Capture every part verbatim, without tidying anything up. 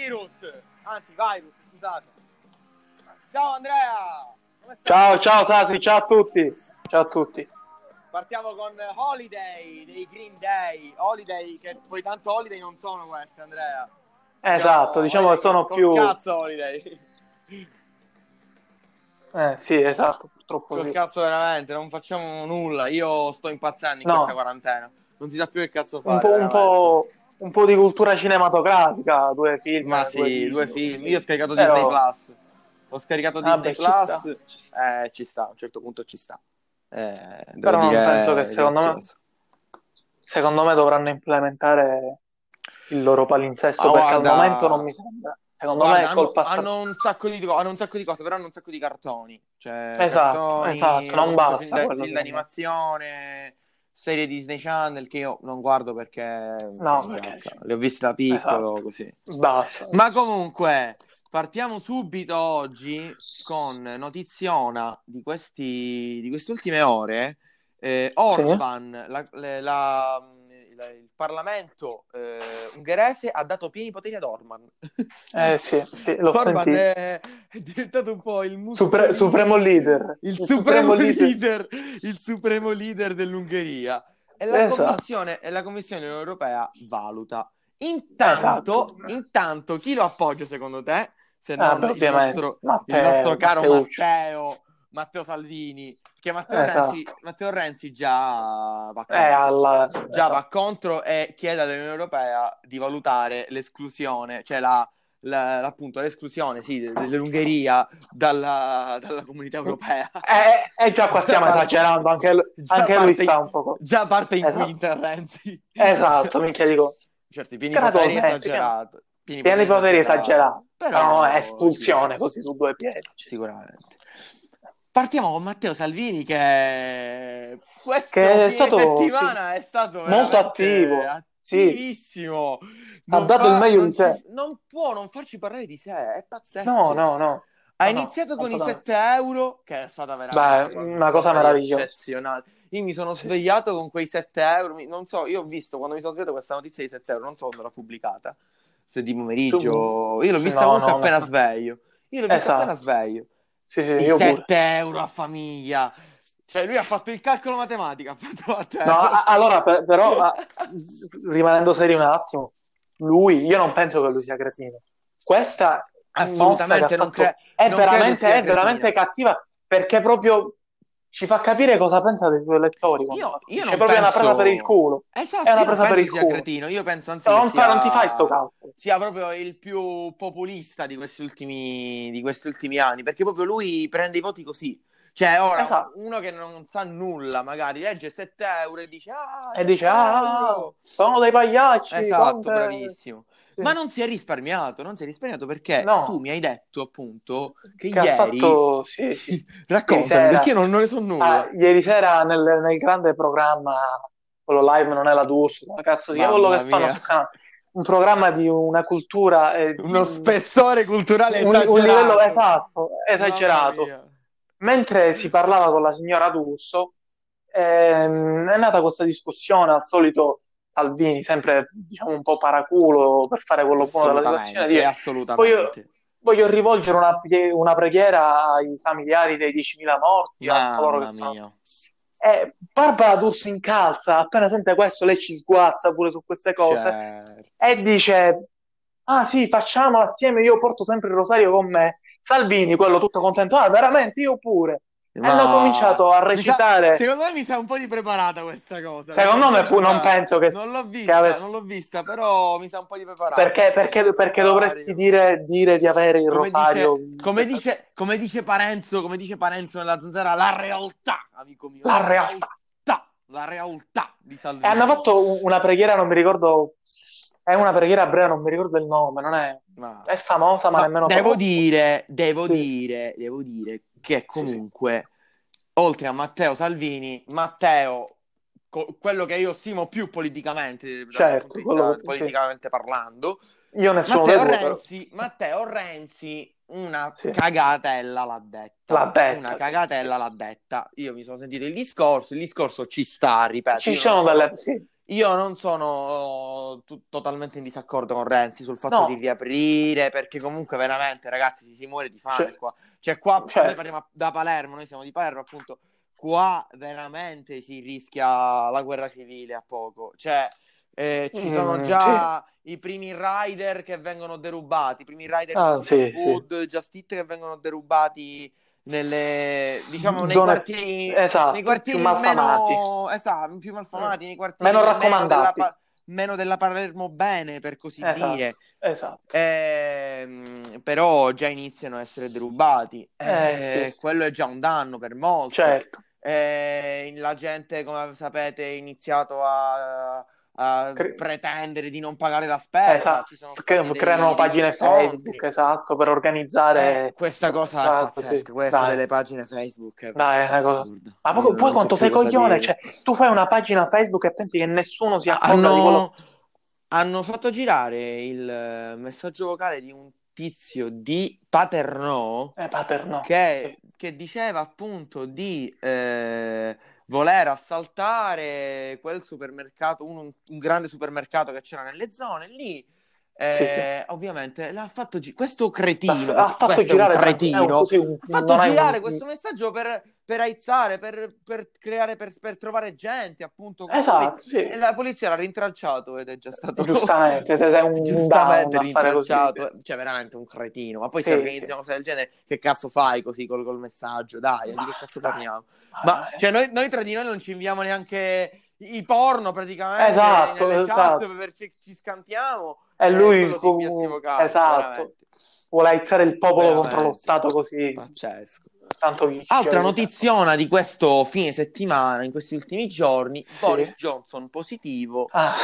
virus, anzi virus, scusate. Ciao Andrea, come stai? Ciao, ciao Sasi, ciao a tutti. Ciao a tutti. Partiamo con Holiday dei Green Day. Holiday, che poi tanto Holiday non sono queste, Andrea. Esatto, diciamo che sono col più... cazzo Holiday. Eh sì, esatto, purtroppo Col sì. cazzo veramente, non facciamo nulla. Io sto impazzendo in No. questa quarantena. Non si sa più che cazzo fare. Un po', un po', un po' di cultura cinematografica, due film, Ma due sì, video, due film. così. Io ho scaricato Però... Disney Plus. Ho scaricato Disney Vabbè, ci Plus. sta, ci sta. Eh, ci sta, a un certo punto ci sta. Eh, devo Però non penso che dire, secondo me, grazioso. secondo me dovranno implementare il loro palinsesto, Ma perché al guarda, momento non mi sembra. Secondo guarda, me col hanno, passare... hanno un sacco di co- hanno un sacco di cose, però hanno un sacco di cartoni. Cioè, Esatto, cartoni, esatto, non comunque film, basta da- quello film secondo me. d'animazione, serie Disney Channel che io non guardo perché No, mi perché... manca. Le ho viste da piccolo, Esatto, così. basta. Ma comunque, partiamo subito oggi con notiziona di questi, di queste ultime ore. Eh, Orban, la- le- la- la- il Parlamento eh, ungherese ha dato pieni poteri ad Orban. Eh sì, sì, l'ho Orban sentito. è, è diventato un po' il Supre- Mussolini, supremo leader. il, Il supremo supremo leader. leader, il supremo leader dell'Ungheria. E la Esatto. Commissione, e la Commissione europea valuta. Intanto, Esatto. intanto, chi lo appoggia secondo te? Se Ah, non beh, il ovviamente. nostro, Matteo, il nostro caro Matteuccio. Matteo, Matteo Salvini, che Matteo Esatto. Renzi, Matteo Renzi già va Eh, contro. alla... Già esatto. va contro e chiede all'Unione Europea di valutare l'esclusione, cioè la, la, appunto l'esclusione sì, dell'Ungheria dalla, dalla comunità europea. Eh, eh, già qua stiamo parte, esagerando, anche, l- anche lui sta un po'... Già parte in Esatto. quinta Renzi. Esatto, minchia dico... Certo, i pieni poteri Gradualmente, esagerato. Pieni pieni poteri esagerati. Però No, è espulsione così su due piedi. Sicuramente. Partiamo con Matteo Salvini che questo che è fine stato settimana sì, è stato molto attivo, attivissimo. Sì. Non Ha dato fa, il meglio non di sé. ci, non può non farci parlare di sé, è pazzesco. No, no, no. Ha no, iniziato no, con i assolutamente. sette euro, che è stata veramente Beh, una cosa meravigliosa. eccezionale. Io mi sono Sì, svegliato sì. con quei sette euro. Non so, io ho visto quando mi sono svegliato questa notizia di sette euro, non so quando l'ha pubblicata. Se di pomeriggio. Io l'ho Sì, vista no, comunque no, appena no. sveglio. Io l'ho vista Esatto. appena sveglio. Sì, sì, I io sette pure. euro a famiglia. Cioè, lui ha fatto il calcolo matematico. Ha fatto a te. No, a- allora, per- però, a- rimanendo seri un attimo, lui, io non penso che lui sia cretino. Questa mossa che ha Assolutamente non, fatto cre- è non credo veramente, sia è veramente cretina. cattiva, perché proprio ci fa capire cosa pensa dei suoi elettori. quando Io, fa così. io C'è non proprio penso... una presa per il culo. Esatto, È una io non presa per penso il sia culo. cretino. Io penso anzi che Non, fa, sia... non ti fai sto calcolo. sia proprio il più populista di questi ultimi, di questi ultimi anni, perché proprio lui prende i voti così. Cioè, ora, Esatto. uno che non sa nulla, magari legge sette euro e dice, ah, E dice, ah, euro. sono dei pagliacci. Esatto, Conte... bravissimo. Sì. Ma non si è risparmiato, non si è risparmiato perché No. tu mi hai detto, appunto, che, che ieri... ha fatto, sì, sì. Raccontami, sera, perché io non, non ne so nulla. ah, ieri sera nel, nel grande programma, quello live non è la D'Urso, come cazzo si chiama, quello Mamma che fanno mia. sul canale, un programma di una cultura... E di, Uno spessore culturale un, esagerato. un livello esatto, Mamma esagerato. mia. Mentre si parlava con la signora D'Urso, ehm, è nata questa discussione, al solito Salvini, sempre diciamo un po' paraculo per fare quello buono della situazione, Assolutamente, dire, assolutamente. voglio, voglio rivolgere una, pie- una preghiera ai familiari dei diecimila morti, a coloro Mamma che sono... mia. E Barbara D'Urso incalza, appena sente questo lei ci sguazza pure su queste cose, Certo. e dice, ah sì, facciamola assieme, io porto sempre il rosario con me. Salvini, quello tutto contento, ah veramente, io pure. Ma... Hanno cominciato a recitare... Sa... Secondo me mi sa un po' di preparata questa cosa. Secondo me pu- non preparata. penso che... Non l'ho che vista, avesse... non l'ho vista, però mi sa un po' di preparata. Perché, perché, perché dovresti dire, dire di avere il come rosario... Dice, come, dice, come dice Parenzo, come dice Parenzo nella zanzara, la realtà, amico mio. La realtà. La realtà di Salvini. E hanno fatto una preghiera, non mi ricordo... È una preghiera breve, non mi ricordo il nome, non è... Ma... È famosa, ma no, nemmeno devo troppo. dire, devo Sì. dire, devo dire che comunque, sì, sì. oltre a Matteo Salvini, Matteo, co- quello che io stimo più politicamente, dal Certo, punto di vista che, politicamente sì. parlando, Io nessuno Matteo dei due, Renzi, Matteo Renzi una sì. cagatella l'ha detta. L'ha detta, una sì, cagatella sì, l'ha detta. Io mi sono sentito il discorso, il discorso ci sta, ripeto. Ci io sono non sono, delle... Sì. io non sono t- totalmente in disaccordo con Renzi sul fatto di No, riaprire, perché comunque veramente, ragazzi, si, si muore di fame c- qua. Cioè, qua noi certo. parliamo da Palermo, noi siamo di Palermo, appunto, qua veramente si rischia la guerra civile a poco. Cioè, eh, ci sono Mm, sì. già i primi rider che vengono derubati, i primi rider di Ah, sì, sì. Superfood, Just Eat che vengono derubati nelle, diciamo, nei Zone, quartieri, nei esatto, più quartieri malfamati. meno, esatto, più Mm. malfamati, nei quartieri Meno meno della, raccomandabili. Pa- meno della Palermo bene, per così Esatto, dire. esatto. Ehm, però già iniziano a essere derubati. Eh sì, Eh, quello è già un danno per molti. certo. Eh, la gente, come sapete, è iniziato a, a Cre- pretendere di non pagare la spesa. esatto. Ci sono stati Cre- creano dei- degli pagine Facebook, scontri. esatto, per Eh, organizzare. questa cosa è Esatto, sì. pazzesca. Questa Dai, delle pagine Facebook è dai, è veramente una cosa. assurda. Ma poi, Io poi non so quanto più sei cosa coglione? dire. Cioè, tu fai una pagina Facebook e pensi che nessuno si accorga di quello. Hanno, hanno fatto girare il eh, messaggio vocale di un tizio di Paternò Eh, Paternò, sì. che, che diceva appunto di eh, voler assaltare quel supermercato, un, un grande supermercato che c'era nelle zone lì. Sì, sì. Eh, ovviamente l'ha fatto gi- questo L'ha cretino, ha perché fatto questo è un girare tranquillo. È un, cretino, così, un- ha fatto non hai un. girare questo messaggio per, per aizzare, per, per creare, per, per trovare gente, appunto, contro lì. Esatto, sì. E la polizia l'ha rintracciato ed è già stato Giustamente, se sei un down giustamente a fare così. rintracciato. Cioè, veramente un cretino. Ma poi se Sì, organizzi sì. una cosa del genere, che cazzo fai così col, col messaggio? Dai, di Ma che cazzo dai. parliamo? Ma Ma, cioè, eh. noi, noi tra di noi non ci inviamo neanche i porno praticamente Esatto, nelle chat esatto. per ci, ci scantiamo E e lui, quello si invia sti fu- vocali, esatto, veramente. vuole aizzare il popolo contro lo Veramente Stato così, pazzesco. tanto chi ci Altra avete. notiziona di questo fine settimana, in questi ultimi giorni, Sì. Boris Johnson positivo. Ah,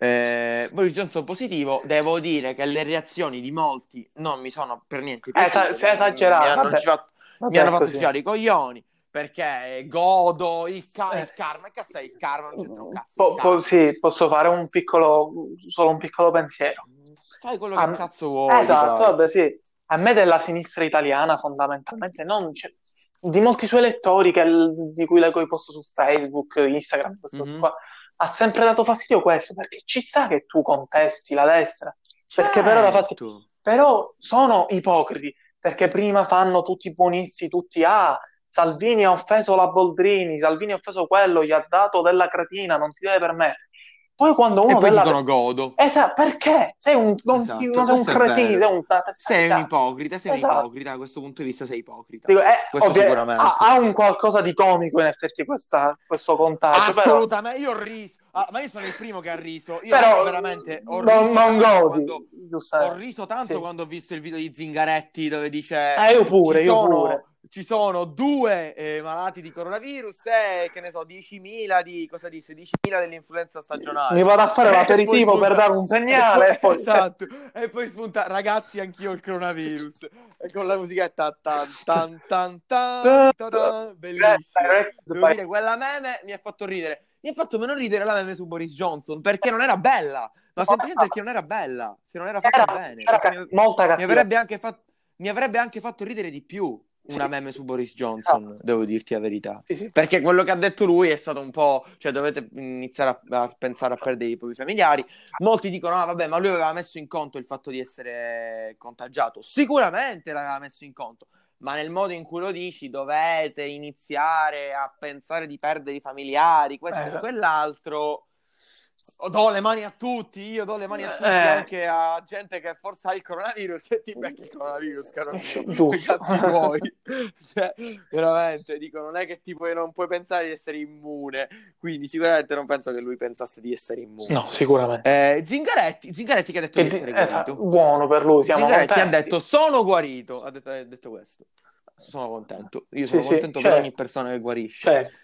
Eh, Boris Johnson positivo, devo dire che le reazioni di molti non mi sono per niente esa- piaciute, si è mi, mi esagerato, hanno, vabbè, fatto, mi vabbè, hanno è fatto così. girare i coglioni, perché godo il, ca- Eh, il karma, che cazzo è il karma? Non c'entra un cazzo il po- po- karma. sì, posso fare un piccolo, solo un piccolo pensiero. Fai quello che A- cazzo vuoi, di esatto, vabbè, parte. sì. A me della sinistra italiana fondamentalmente non c'è. Di molti suoi lettori che- di cui leggo i post su Facebook, Instagram, queste cose Mhm. qua, ha sempre dato fastidio questo, perché ci sta che tu contesti la destra, perché per ora fa schifo. Certo. Però sono ipocriti, perché prima fanno tutti buonisti, tutti, ah, Salvini ha offeso la Boldrini, Salvini ha offeso quello, gli ha dato della cretina, non si deve permettere. Poi quando E uno poi della. dicono godo. Esatto, perché? Sei un, non, ti- Esatto, non sei un questo è cretino, sei vero. un- una testa di Sei un cazzo. ipocrita, sei un Esatto. ipocrita, da questo punto di vista sei ipocrita. Dico, eh, Questo ovvia- ha, sicuramente. ha un qualcosa di comico in effetti questa- questo contagio, però, Assolutamente, io ho riso. Ah, ma io sono il primo che ha riso. Io però veramente ho non, riso non tanto godi, quando ho giustamente. riso tanto Sì. quando ho visto il video di Zingaretti dove dice Eh, io ci pure, io pure. sono, ci sono due eh, malati di coronavirus e che ne so, diecimila di cosa disse? diecimila dell'influenza Mi stagionale. vado a fare E poi l'aperitivo per spunta dare un e poi, segnale e poi. esatto, e poi spunta ragazzi, anch'io ho il coronavirus. E con la musichetta tan tan tan tan tan, tan, bellissimo. Devo dire, quella meme mi ha fatto ridere. Mi ha fatto meno ridere la meme su Boris Johnson perché non era bella, ma semplicemente perché non era bella, che non era C'era, fatta bene. c'era Perché ca- mi, molta mi cattiva. avrebbe anche fatto, mi avrebbe anche fatto ridere di più Sì, una meme su Boris esatto. Johnson, devo dirti la verità. Sì, sì. Perché quello che ha detto lui è stato un po', cioè dovete iniziare a, a pensare a perdere i propri familiari. Molti dicono, ah vabbè, ma lui aveva messo in conto il fatto di essere contagiato. Sicuramente l'aveva messo in conto, ma nel modo in cui lo dici dovete iniziare a pensare di perdere i familiari, questo e Esatto. quell'altro. Oh, do le mani a tutti, io do le mani a tutti, Eh, anche a gente che forse ha il coronavirus e ti becchi il coronavirus, caro mio, che giusto. cazzi vuoi? Cioè, veramente, dico, non è che ti puoi, non puoi pensare di essere immune, quindi sicuramente non penso che lui pensasse di essere immune. No, sicuramente. Eh, Zingaretti, Zingaretti che ha detto Che di di- essere esatto, guarito. buono per lui, siamo Zingaretti ha contenti. detto sono guarito, ha detto, ha detto questo. Sono contento, io Sì, sono sì, contento per ogni certo, persona che guarisce. certo.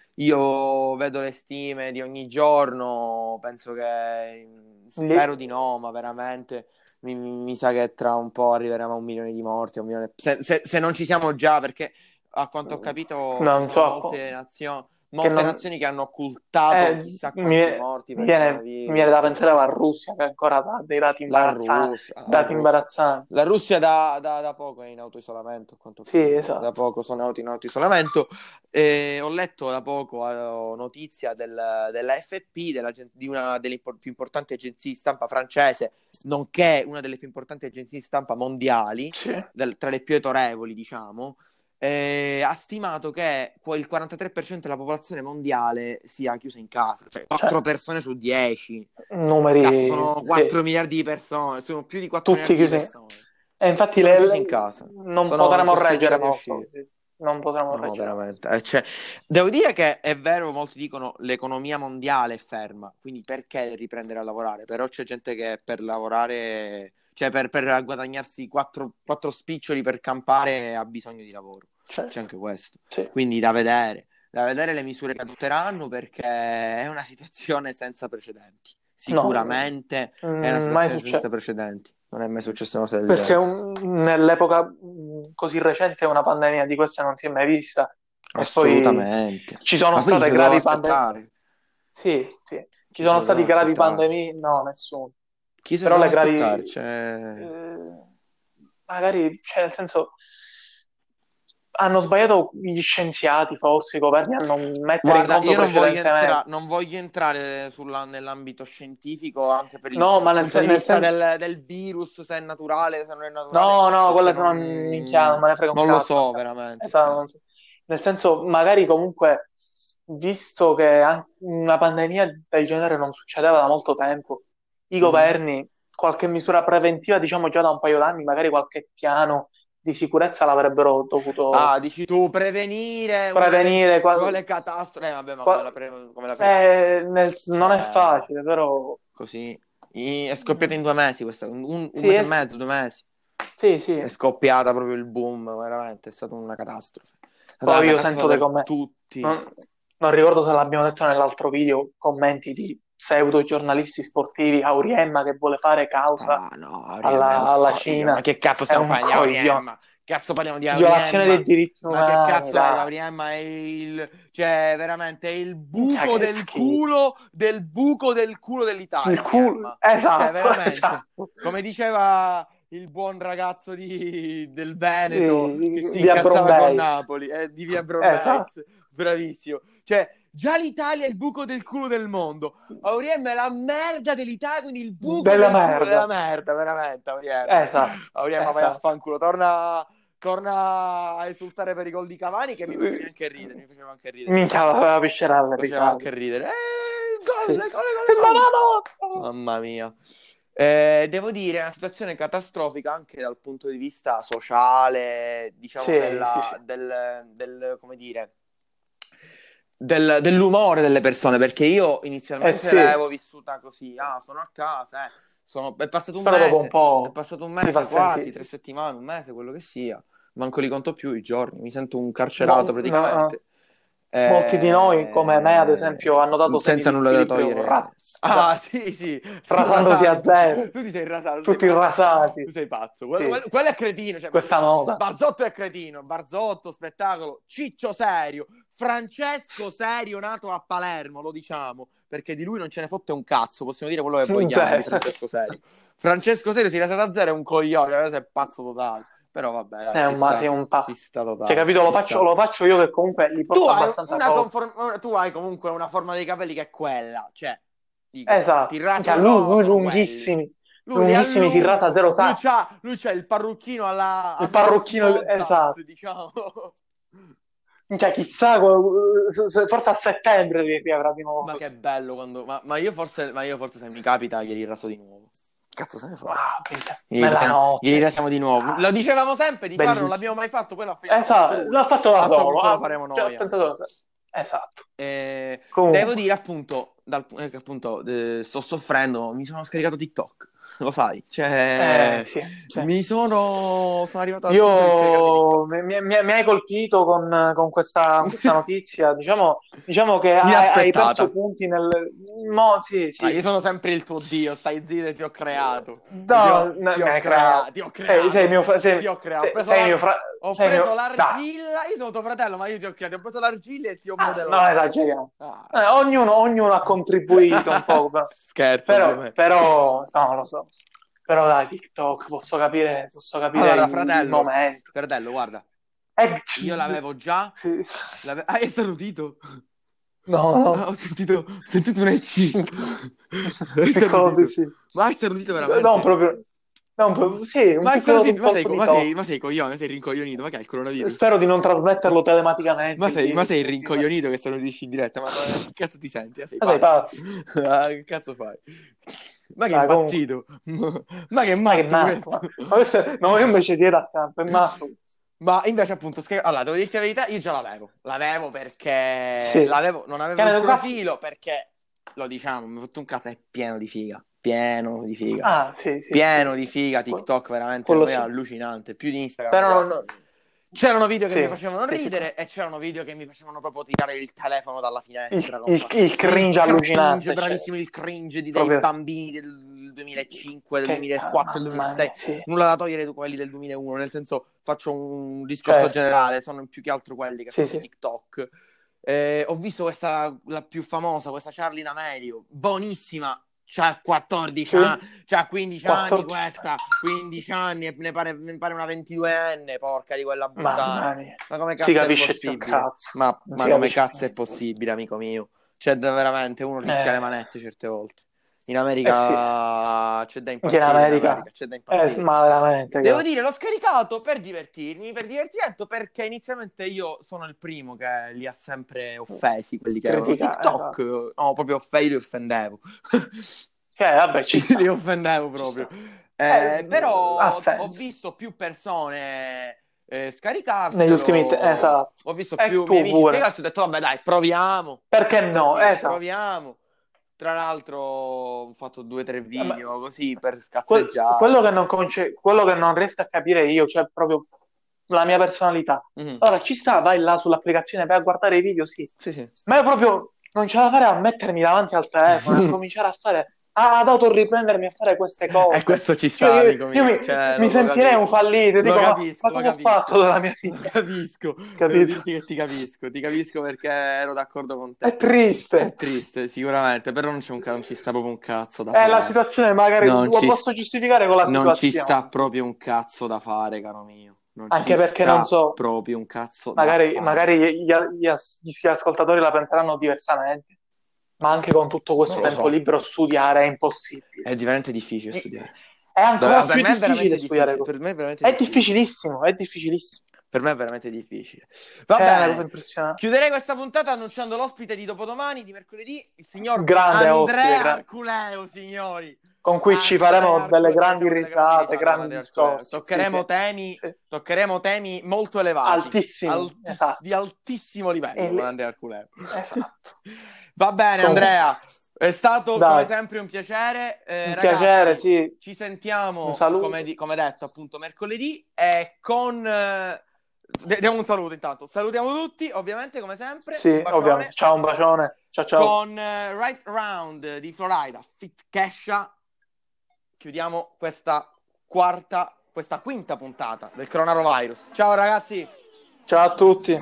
Io vedo le stime di ogni giorno, penso che Lì- spero di no, ma veramente mi, mi sa che tra un po' arriveremo a un milione di morti, a un milione- se, se- se non ci siamo già, perché a quanto ho capito ci non sono so, co- molte nazioni, che molte non... nazioni che hanno occultato eh, chissà mi, quanti morti mi per il viene, mi viene coronavirus. da pensare alla Russia che ancora dà dei dati La imbarazzanti, Russia, la dati Russia. imbarazzanti. La Russia da, da- da poco è in autoisolamento, a quanto ho Sì, capito. Da esatto. poco sono in autoisolamento. E ho letto da poco eh, notizia del- della F P, della, di una delle impor- più importanti agenzie di stampa francese, nonché una delle più importanti agenzie di stampa mondiali, Sì. del- tra le più autorevoli, diciamo, eh, ha stimato che poi il quarantatré per cento della popolazione mondiale sia chiusa in casa, cioè quattro Cioè, persone su dieci. Cazzo, numeri, sono sì, quattro miliardi di persone, sono più di quattro tutti miliardi di chiusi. persone. E infatti Sono le- chiusi le- in casa, non sono potremo reggere impossibilità di molto uscire. così. Non potremo No, reggere molto. veramente. Eh, cioè, devo dire che è vero, molti dicono l'economia mondiale è ferma, quindi perché riprendere a lavorare? Però c'è gente che per lavorare, cioè per, per guadagnarsi quattro, quattro spiccioli per campare ha bisogno di lavoro. C'è Certo, anche questo. sì. Quindi da vedere, da vedere le misure che adotteranno perché è una situazione senza precedenti. No, Sicuramente è una mm, mai situazione senza successo. precedenti. Non è mai successa una cosa del Perché genere. un- nell'epoca mm, così recente una pandemia di questa non si è mai vista. E poi Assolutamente. ci sono Ma quindi state se doveva gravi pandemie. aspettare? Sì, sì. Ci Chi se sono lo stati doveva gravi aspettare? pandemie? No, nessuno. Chi se lo Però le doveva aspettare? gravi... Cioè... eh, magari, cioè, nel senso... Hanno sbagliato gli scienziati, forse i governi a non mettere in Guarda, conto io non voglio, entra- precedentemente. non voglio entrare sulla- nell'ambito scientifico anche per il No, ma nel, punto sen- di nel vista sen- del, del virus, se è naturale, se non è naturale, No, no, perché quelle sono minchia, non non, me ne frega un non lo cazzo. so veramente. Esatto, Cioè. non so. Nel senso, magari comunque, visto che an- una pandemia del genere non succedeva da molto tempo, i Mhm. governi, qualche misura preventiva, diciamo già da un paio d'anni, magari qualche piano di sicurezza l'avrebbero dovuto Ah, dici tu, prevenire prevenire. qua- un'eventuale catastrofe. Eh, vabbè, ma come qua- la, pre- come la pre- eh, nel- non è Cioè, facile, però... così. I- È scoppiata in due mesi questa, un, un Sì, mese e è- mezzo, due mesi. sì, sì. È scoppiata proprio il boom, veramente, è stata una catastrofe. È stata Poi una io catastrofe sento dei per commenti, tutti. non, non ricordo se l'abbiamo detto nell'altro video, commenti di pseudo giornalisti sportivi, Auriemma che vuole fare causa Ah no, Auriemma è un alla, alla coglione. Ma Cina, che cazzo è stiamo un parlando di coglione. Auriemma? Cazzo parliamo di Violazione dei Auriemma? diritti Ma che umani, cazzo è? dai. Auriemma è il... Cioè, veramente, è il Minchia, buco che del schifo. culo del buco del culo Il dell'Italia, culo, Auriemma. Cioè, esatto, veramente, esatto. come diceva il buon ragazzo di- del Veneto che Di, si via incazzava con Brombeis. Napoli, eh, di via Esatto. Brombeis, bravissimo. Cioè, già l'Italia è il buco del culo del mondo. Auriemma è la merda dell'Italia, quindi il buco Della del culo della merda. merda, veramente, Auriemma. Esatto, Auriemma, vai a esatto. fanculo. Torna, torna a esultare per i gol di Cavani che mi facevi anche ridere, mi faceva anche ridere quel Minchia, gol. la viscerale le Mi faceva risate. anche ridere. Eh, Sì. gol, gol, E gol, gol. Maradona! Mamma mia. Eh, devo dire, è una situazione catastrofica anche dal punto di vista sociale, diciamo, Sì, sì, sì. della, del, del, come dire, del- dell'umore delle persone, perché io Eh inizialmente sì, l'avevo vissuta così, ah, sono a casa, eh. Sono- è passato un però dopo un mese, è po' passato un si fa mese quasi, sentire. tre Sì, sì. settimane, un mese, quello che sia, manco li conto più i giorni, mi sento un Mo- carcerato no, no. praticamente. Molti di noi, come me, ad Eh, esempio, hanno dato segni senza di nulla da squilibrio togliere. ras- Ah, sì, sì, tu rasandosi rasato, a tu, zero, tu ti sei rasato, tu sei tutti pazzo, tu rasati. sei pazzo. Quello, Sì, quello- quello è cretino, cioè, questa moda. Barzotto è cretino, Barzotto, spettacolo, Ciccio Serio, Francesco Serio nato a Palermo, lo diciamo, perché di lui non ce ne fotte un cazzo, possiamo dire quello che vogliamo di Zero. Francesco Serio. Francesco Serio si è rasato a zero, è un coglione, adesso è pazzo totale. Però vabbè, dai, È ci un, ma- sta, sì, un ci pa- sta Cioè, totale, capito? Lo ci faccio, sta. lo faccio io che comunque li Tu porto hai abbastanza una corti. conform- tu hai comunque una forma dei capelli che è quella, cioè, dico, ti Esatto. rasi Minchia, o lui, no, lui sono quelli. lunghissimi, Lui li lunghissimi, si allunga, rasa zero, lui sa. c'ha, lui c'ha il parrucchino alla Il Andreas parrucchino, Mozart, esatto. diciamo. Minchia, chissà, se- se- forse a settembre ri- riavrà di nuovo Ma che così. bello quando... Ma, ma io forse, ma io forse se mi capita glieli raso di nuovo. Cazzo se ne fotte. Ah, minchia, Glieli nella rasiamo, glieli notte. rasiamo di nuovo. Ah, Lo dicevamo sempre di farlo, non bellissimo. l'abbiamo mai fatto, poi l'ha l'ha fatto Esatto, lui. l'ha fatto da A sto solo. punto lo Ah, faremo cioè, ho noi anche. pensato... Esatto. Eh, devo Comunque, dire appunto, dal, eh, che appunto eh, sto soffrendo, mi sono scaricato TikTok. lo sai, cioè, Eh, sì, sì. mi sono, sono arrivato al punto di scaricarmi Io TikTok. mi, mi- mi- mi hai colpito con, con questa, questa notizia. Diciamo, diciamo che hai, hai perso Inaspettata. punti nel. Mo, sì, Ah, sì. io sono sempre il tuo dio, stai zitto e ti ho creato. Io ti ho, No, no, ti mi ho hai creato, creato. ti ho Sei, sei creato, mio fra- sei, ti ho creato. Ho sei- preso sei la- mio fra- ho sei preso mio. Dai, l'argilla, io sono tuo fratello, ma io ti ho creato. Ho preso l'argilla e ti ho ah, non modellato. esageriamo. Ah, Eh, dai. ognuno, ognuno ha contribuito un po', però, Scherzo, però, ovviamente. però, no, lo so. Però dai, TikTok, posso capire, posso capire Allora, il, il fratello, momento. fratello, guarda, Eh, io l'avevo già. sì. l'ave- Ah, hai starnutito? No, Ah, no. ho sentito, ho sentito un E C. Hai Piccolo sì, starnutito? sì. Ma hai starnutito Non veramente? proprio, non proprio- sì, un Ma hai piccolo starnutito? Ma sei, colpo co- di ma sei, ma tosse. sei coglione, sei rincoglionito? Ma che hai il coronavirus? Spero di non trasmetterlo Ma telematicamente in sei, ma sei diretta. rincoglionito che starnutisci in diretta? Ma no, che cazzo ti senti? Ah, sei Ma sei pazzo? pazzo? Ah, che cazzo fai? Ma che Dai, comunque. impazzito? Ma che Ma che matto matto, questo? ma, ma questo è- no, io invece siete accanto, è matto. Ma invece appunto, scher- allora, devo dirti la verità, io già l'avevo. L'avevo perché Sì. l'avevo, non avevo il Cane, cazzo. profilo perché, lo diciamo, mi ho fatto un cazzo, è pieno di figa. Pieno di figa. Ah, sì, sì, sì, Pieno sì. di figa, Que- TikTok veramente Quello è sì. allucinante, più di Instagram Però quasi. non. C'erano video che mi Sì, facevano sì, sì. ridere e c'erano video che mi facevano proprio tirare il telefono dalla Il, finestra. il- compa. il Il cringe cringe, allucinante, cioè, bravissimo, il cringe di, dei proprio. bambini del duemilacinque, del Che ca- duemilaquattro, del mamma mia, duemilasei. sì. Nulla da togliere di quelli del duemilauno, nel senso faccio un discorso Certo, generale, sono più che altro quelli che sì, sono sì. TikTok. Eh, ho visto questa, la più famosa, questa Charlie D'Amelio, buonissima, c'ha quattordici Sì? anni, c'ha quindici anni quattordici. questa, quindici anni e ne pare, ne pare una ventiduenne, porca di quella puttana. Mamma mia. Ma come Si cazzo è capisce più un possibile? cazzo. Ma, Non si ma come capisce più cazzo è niente. possibile, amico mio? Cioè, da- veramente uno rischia le Eh, manette certe volte. In eh sì, America c'è da anche in impazzire, in America. America c'è da Eh, impazzire. ma veramente, Devo dire, cazzo. l'ho scaricato per divertirmi, per divertimento, perché inizialmente io sono il primo che li ha sempre offesi, quelli che avevano Critica, TikTok. esatto. No, proprio offe- io li offendevo. Cioè, vabbè, ci Li sta. offendevo Ci proprio. sta. Eh, Eh, ha però ho senso. visto più persone eh, Negli ultimi te- scaricarselo, esatto. ho visto E più miei tu amici pure. scaricarselo, ho detto vabbè dai, proviamo, Perché no? così, Esatto. proviamo. Tra l'altro ho fatto due o tre Eh, ma video così per que- quello scazzeggiare. che non conce- quello che non riesco a capire io, cioè proprio la mia personalità. Mhm. Allora, ci sta, vai là sull'applicazione, vai a guardare i video, sì. Sì, sì. Ma io proprio non ce la farei a mettermi davanti al telefono e a cominciare a fare, a- ad autoriprendermi a fare queste E cose. questo ci Cioè, sta, io, amico io mio, mi, cioè, mi lo, lo sentirei un capisco. fallito, Lo dico, ma, ma capisco, lo cosa ho fatto capisco. della mia Lo vita? capisco. Devo Capito? dirti che ti capisco, ti capisco perché ero d'accordo con È te. È triste. triste, sicuramente, però non c'è un ca- non ci sta proprio un cazzo da È la fare. situazione, magari Non lo ci, posso giustificare con la non ci sta situazione, sì. proprio un cazzo da fare, caro mio. Non ci Anche perché non sta so, proprio un cazzo da magari, fare. magari gli, gli as- gli sia ascoltatori la penseranno diversamente, ma anche con tutto Non questo lo tempo so. libero studiare è impossibile. È veramente difficile Di- studiare. È ancora Dove- Per più me è veramente difficile studiare difficile. così. Per me è veramente È difficile. difficilissimo, è difficilissimo. Per me è veramente difficile. Va Cioè, è una cosa bene. impressionante. Chiuderei questa puntata annunciando l'ospite di dopodomani, di mercoledì, il signor Grande ospite, Andrea gra- Arculeo, signori. con cui ci Andrea faremo delle Arculeo, ci grandi facciamo delle grandi risate, risate con grandi Andrea Arculeo. discorsi. Sì, sì. Toccheremo temi, Sì. toccheremo temi molto elevati, Altissimi, altis- esatto. di altissimo E livello con le- Andrea Arculeo. Esatto. Va bene, Comunque, Andrea. È stato come dai, sempre un piacere. Eh, un piacere, ragazzi, sì. ci Un sentiamo, come, saluto. di- come detto, appunto mercoledì e con... eh, de- diamo un saluto intanto. Salutiamo tutti, ovviamente, come sempre. Un Sì, ovviamente. bacione. Ciao, un bacione. Ciao, ciao. Con eh, Right Round di Florida, Fit Kesha, chiudiamo questa quarta, questa quinta puntata del coronavirus. Ciao ragazzi. Ciao a tutti.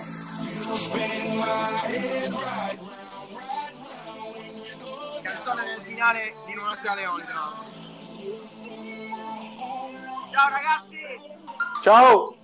Canzone nel finale di Notte Leone, tra l'altro. Ciao ragazzi. Ciao.